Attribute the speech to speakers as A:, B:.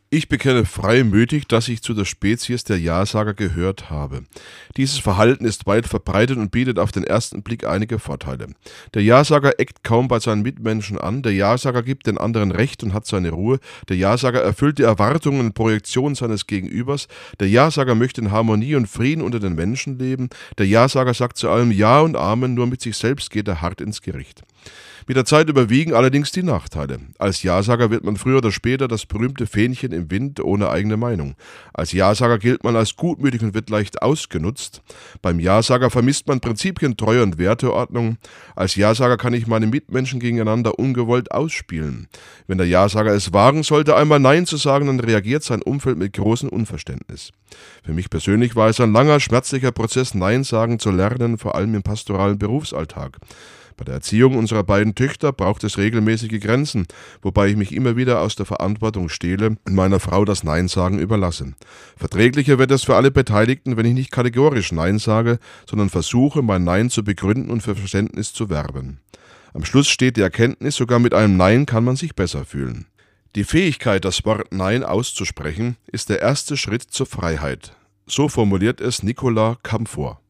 A: Ich bekenne freimütig, dass ich zu der Spezies der Ja-Sager gehört habe. Dieses Verhalten ist weit verbreitet und bietet auf den ersten Blick einige Vorteile. Der Ja-Sager eckt kaum bei seinen Mitmenschen an, der Ja-Sager gibt den anderen Recht und hat seine Ruhe, der Ja-Sager erfüllt die Erwartungen und Projektionen seines Gegenübers, der Ja-Sager möchte in Harmonie und Frieden unter den Menschen leben, der Ja-Sager sagt zu allem Ja und Amen, nur mit sich selbst geht er hart ins Gericht. Mit der Zeit überwiegen allerdings die Nachteile. Als Ja-Sager wird man früher oder später das berühmte Fähnchen im Wind ohne eigene Meinung. Als Ja-Sager gilt man als gutmütig und wird leicht ausgenutzt. Beim Ja-Sager vermisst man Prinzipien, Treue und Werteordnung. Als Ja-Sager kann ich meine Mitmenschen gegeneinander ungewollt ausspielen. Wenn der Ja-Sager es wagen sollte, einmal Nein zu sagen, dann reagiert sein Umfeld mit großem Unverständnis. Für mich persönlich war es ein langer, schmerzlicher Prozess, Nein sagen zu lernen, vor allem im pastoralen Berufsalltag. Bei der Erziehung unserer beiden Töchter braucht es regelmäßige Grenzen, wobei ich mich immer wieder aus der Verantwortung stehle und meiner Frau das Nein-Sagen überlasse. Verträglicher wird es für alle Beteiligten, wenn ich nicht kategorisch Nein sage, sondern versuche, mein Nein zu begründen und für Verständnis zu werben. Am Schluss steht die Erkenntnis, sogar mit einem Nein kann man sich besser fühlen. Die Fähigkeit, das Wort Nein auszusprechen, ist der erste Schritt zur Freiheit. So formuliert es Nicolas Camfort.